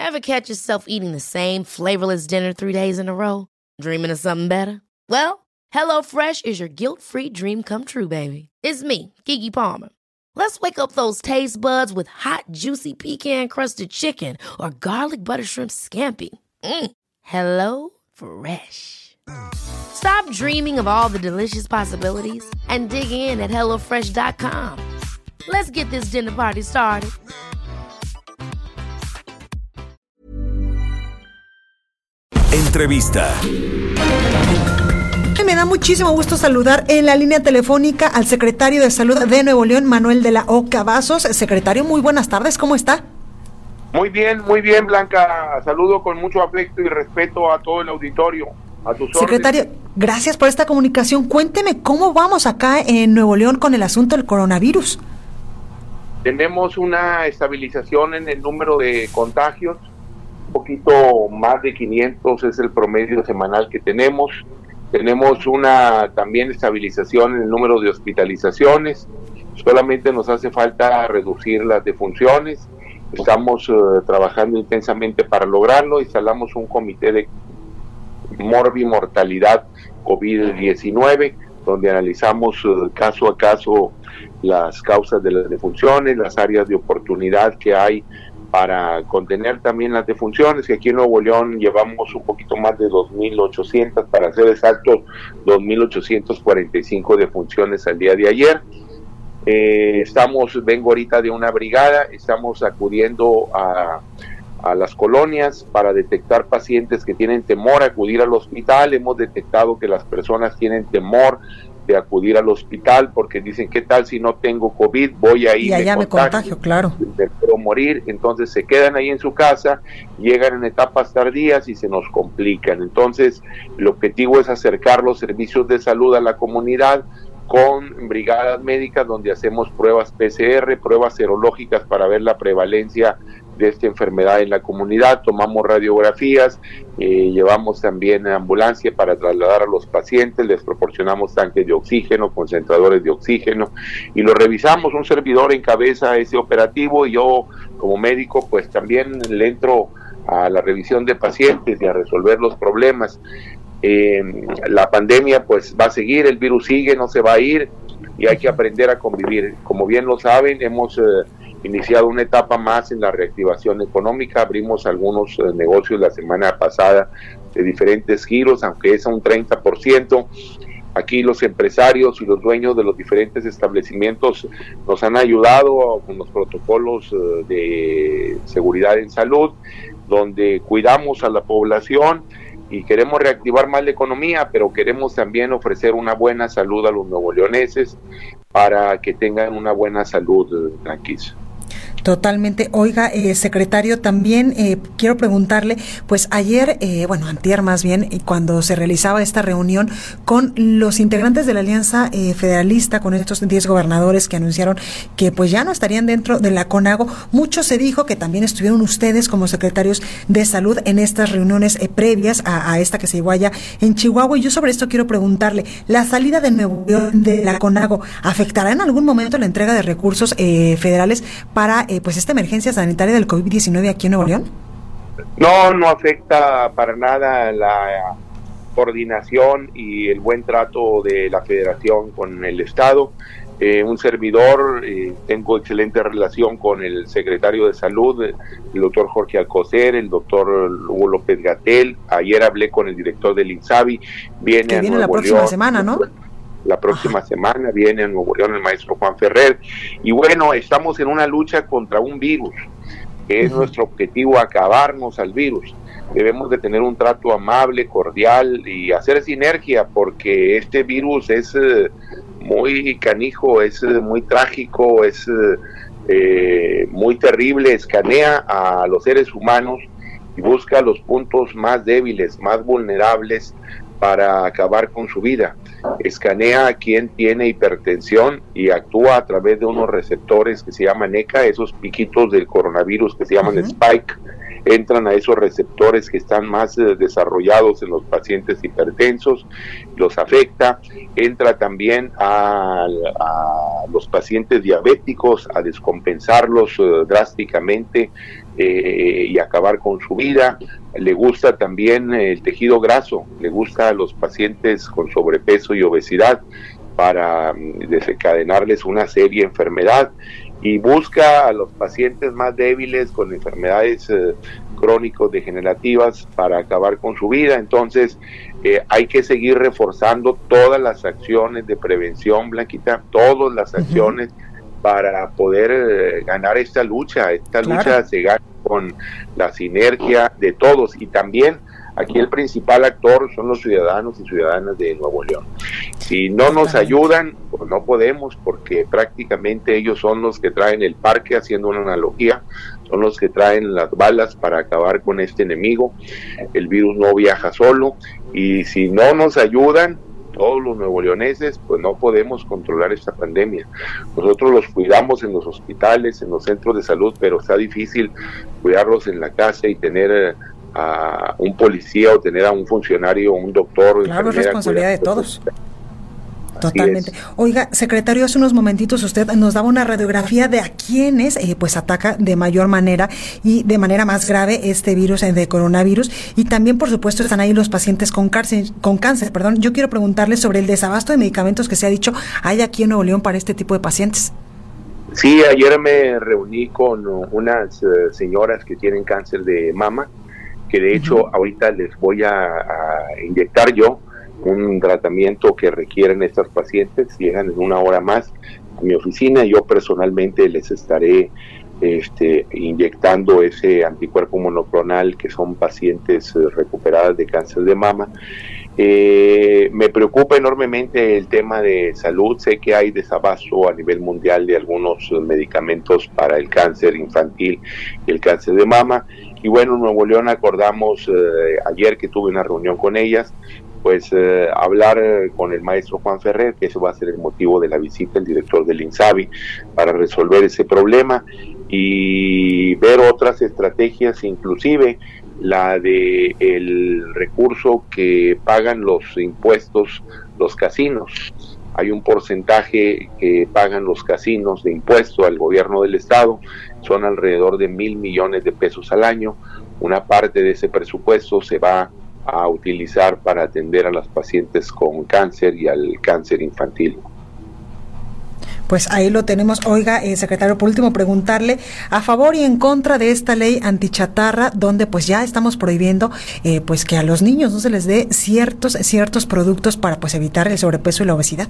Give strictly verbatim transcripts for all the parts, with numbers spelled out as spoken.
Ever catch yourself eating the same flavorless dinner three days in a row? Dreaming of something better? Well, HelloFresh is your guilt-free dream come true, baby. It's me, Keke Palmer. Let's wake up those taste buds with hot, juicy pecan-crusted chicken or garlic butter shrimp scampi. Mm. Hello Fresh. Stop dreaming of all the delicious possibilities and dig in at hello fresh dot com. Let's get this dinner party started. Entrevista. Me da muchísimo gusto saludar en la línea telefónica al secretario de Salud de Nuevo León, Manuel de la O. Cavazos. Secretario, muy buenas tardes, ¿cómo está? Muy bien, muy bien, Blanca. Saludo con mucho afecto y respeto a todo el auditorio. A tus Secretario, órdenes. Gracias por esta comunicación. Cuénteme cómo vamos acá en Nuevo León con el asunto del coronavirus. Tenemos una estabilización en el número de contagios. Un poquito más de quinientos es el promedio semanal que tenemos. Tenemos una también estabilización en el número de hospitalizaciones. Solamente nos hace falta reducir las defunciones. Estamos uh, trabajando intensamente para lograrlo. Instalamos un comité de morbimortalidad COVID diecinueve, donde analizamos uh, caso a caso las causas de las defunciones, las áreas de oportunidad que hay para contener también las defunciones, que aquí en Nuevo León llevamos un poquito más de dos mil ochocientos, para ser exactos, dos mil ochocientos cuarenta y cinco defunciones al día de ayer. Eh, estamos, vengo ahorita de una brigada, estamos acudiendo a, a las colonias para detectar pacientes que tienen temor a acudir al hospital. Hemos detectado que las personas tienen temor de acudir al hospital porque dicen, ¿qué tal si no tengo COVID? Voy a ir y allá me contagio, contagio claro. Me puedo morir. Entonces se quedan ahí en su casa, llegan en etapas tardías y se nos complican. Entonces el objetivo es acercar los servicios de salud a la comunidad con brigadas médicas donde hacemos pruebas P C R, pruebas serológicas para ver la prevalencia de esta enfermedad en la comunidad. Tomamos radiografías, eh, llevamos también ambulancia para trasladar a los pacientes, les proporcionamos tanques de oxígeno, concentradores de oxígeno y lo revisamos. Un servidor encabeza ese operativo y yo como médico pues también le entro a la revisión de pacientes y a resolver los problemas. Eh, la pandemia pues va a seguir, el virus sigue, no se va a ir y hay que aprender a convivir. Como bien lo saben, hemos eh, iniciado una etapa más en la reactivación económica. Abrimos algunos eh, negocios la semana pasada de diferentes giros, aunque es a un treinta por ciento. Aquí los empresarios y los dueños de los diferentes establecimientos nos han ayudado con los protocolos eh, de seguridad en salud, donde cuidamos a la población y queremos reactivar más la economía, pero queremos también ofrecer una buena salud a los nuevoleoneses para que tengan una buena salud, Franquis. Totalmente. Oiga, eh, secretario, también eh, quiero preguntarle, pues ayer, eh, bueno, antier más bien, cuando se realizaba esta reunión con los integrantes de la Alianza eh, Federalista, con estos diez gobernadores que anunciaron que pues ya no estarían dentro de la CONAGO, mucho se dijo que también estuvieron ustedes como secretarios de salud en estas reuniones eh, previas a, a esta que se llevó allá en Chihuahua, y yo sobre esto quiero preguntarle, ¿la salida de Nuevo León de la CONAGO afectará en algún momento la entrega de recursos eh, federales para Eh, pues esta emergencia sanitaria del COVID diecinueve aquí en Nuevo León? No, no afecta para nada la coordinación y el buen trato de la federación con el estado. Eh, un servidor, eh, tengo excelente relación con el secretario de salud, el doctor Jorge Alcocer, el doctor Hugo López-Gatell. Ayer hablé con el director del INSABI, viene, que a viene Nuevo la próxima León, semana, ¿no? La próxima Ajá. semana viene a Nuevo León el maestro Juan Ferrer, y bueno, estamos en una lucha contra un virus, que es uh-huh. nuestro objetivo, acabarnos al virus. Debemos de tener un trato amable, cordial y hacer sinergia, porque este virus es eh, muy canijo, es eh, muy trágico, es eh, muy terrible, escanea a los seres humanos y busca los puntos más débiles, más vulnerables para acabar con su vida. Escanea a quien tiene hipertensión y actúa a través de unos receptores que se llaman E C A, esos piquitos del coronavirus que se llaman uh-huh. Spike, entran a esos receptores que están más eh, desarrollados en los pacientes hipertensos, los afecta. Entra también a, a los pacientes diabéticos a descompensarlos eh, drásticamente eh, y acabar con su vida. Le gusta también el tejido graso, le gusta a los pacientes con sobrepeso y obesidad para desencadenarles una seria enfermedad, y busca a los pacientes más débiles con enfermedades eh, crónicos degenerativas para acabar con su vida. Entonces eh, hay que seguir reforzando todas las acciones de prevención, Blanquita, todas las acciones uh-huh. para poder eh, ganar esta lucha. Esta claro. lucha se gana con la sinergia de todos, y también aquí el principal actor son los ciudadanos y ciudadanas de Nuevo León. Si no nos ayudan, pues no podemos, porque prácticamente ellos son los que traen el parque, haciendo una analogía, son los que traen las balas para acabar con este enemigo. El virus no viaja solo, y si no nos ayudan todos los nuevoleoneses, pues no podemos controlar esta pandemia. Nosotros los cuidamos en los hospitales, en los centros de salud, pero está difícil cuidarlos en la casa y tener a un policía o tener a un funcionario o un doctor. Claro, es responsabilidad de todos. Totalmente. Oiga, secretario, hace unos momentitos usted nos daba una radiografía de a quienes eh, pues ataca de mayor manera y de manera más grave este virus eh, de coronavirus, y también por supuesto están ahí los pacientes con cáncer, con cáncer, perdón. Yo quiero preguntarle sobre el desabasto de medicamentos que se ha dicho hay aquí en Nuevo León para este tipo de pacientes. Sí, ayer me reuní con unas uh, señoras que tienen cáncer de mama, que de hecho uh-huh. ahorita les voy a, a inyectar yo un tratamiento que requieren estas pacientes. Llegan en una hora más a mi oficina y yo personalmente les estaré este, inyectando ese anticuerpo monoclonal, que son pacientes eh, recuperadas de cáncer de mama. Eh, me preocupa enormemente el tema de salud. Sé que hay desabasto a nivel mundial de algunos medicamentos para el cáncer infantil y el cáncer de mama. Y bueno, en Nuevo León acordamos eh, ayer que tuve una reunión con ellas, pues eh, hablar eh, con el maestro Juan Ferrer, que ese va a ser el motivo de la visita, el director del INSABI, para resolver ese problema y ver otras estrategias, inclusive la de el recurso que pagan los impuestos los casinos. Hay un porcentaje que pagan los casinos de impuesto al gobierno del estado, son alrededor de mil millones de pesos al año. Una parte de ese presupuesto se va a utilizar para atender a las pacientes con cáncer y al cáncer infantil. Pues ahí lo tenemos. Oiga, eh, secretario, por último preguntarle a favor y en contra de esta ley antichatarra, donde pues ya estamos prohibiendo eh, pues que a los niños no se les dé ciertos ciertos productos para pues evitar el sobrepeso y la obesidad.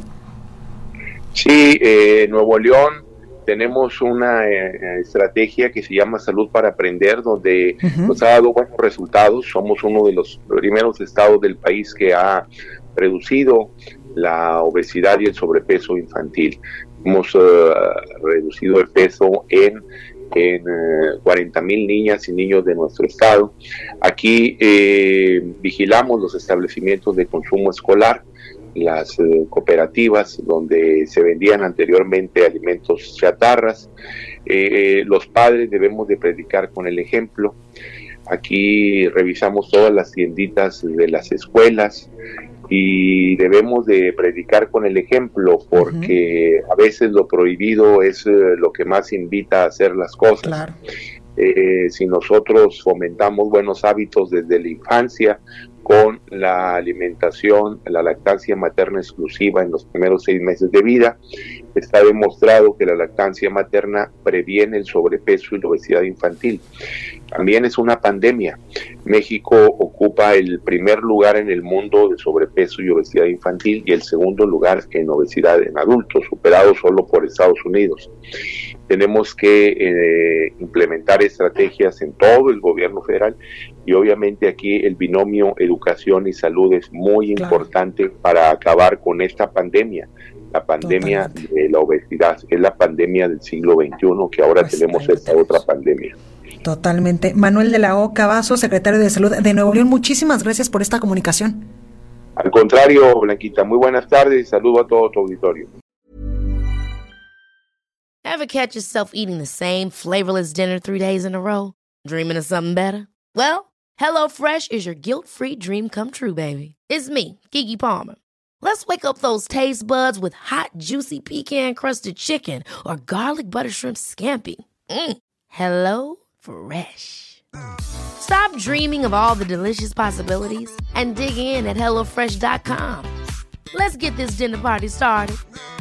Sí, eh, Nuevo León tenemos una eh, estrategia que se llama Salud para Aprender, donde uh-huh. nos ha dado buenos resultados. Somos uno de los primeros estados del país que ha reducido la obesidad y el sobrepeso infantil. Hemos uh, reducido el peso en, en uh, cuarenta mil niñas y niños de nuestro estado. Aquí eh, vigilamos los establecimientos de consumo escolar, las uh, cooperativas donde se vendían anteriormente alimentos chatarras. Eh, los padres debemos de predicar con el ejemplo. Aquí revisamos todas las tienditas de las escuelas y debemos de predicar con el ejemplo, porque uh-huh. a veces lo prohibido es eh, lo que más invita a hacer las cosas. Claro. Eh, si nosotros fomentamos buenos hábitos desde la infancia, con la alimentación, la lactancia materna exclusiva en los primeros seis meses de vida, está demostrado que la lactancia materna previene el sobrepeso y la obesidad infantil. También es una pandemia. México ocupa el primer lugar en el mundo de sobrepeso y obesidad infantil y el segundo lugar en obesidad en adultos, superado solo por Estados Unidos. Tenemos que eh, implementar estrategias en todo el gobierno federal y obviamente aquí el binomio educación y salud es muy claro. importante para acabar con esta pandemia, la pandemia Totalmente. de la obesidad, es la pandemia del siglo veintiuno, que ahora pues tenemos esta tenemos. otra pandemia. Totalmente. Manuel de la O. Cavazo, secretario de Salud de Nuevo León, muchísimas gracias por esta comunicación. Al contrario, Blanquita, muy buenas tardes y saludo a todo tu auditorio. Ever catch yourself eating the same flavorless dinner three days in a row? Dreaming of something better? Well, HelloFresh is your guilt-free dream come true, baby. It's me, Keke Palmer. Let's wake up those taste buds with hot, juicy pecan-crusted chicken or garlic butter shrimp scampi. Mm. Hello Fresh. Stop dreaming of all the delicious possibilities and dig in at hello fresh dot com. Let's get this dinner party started.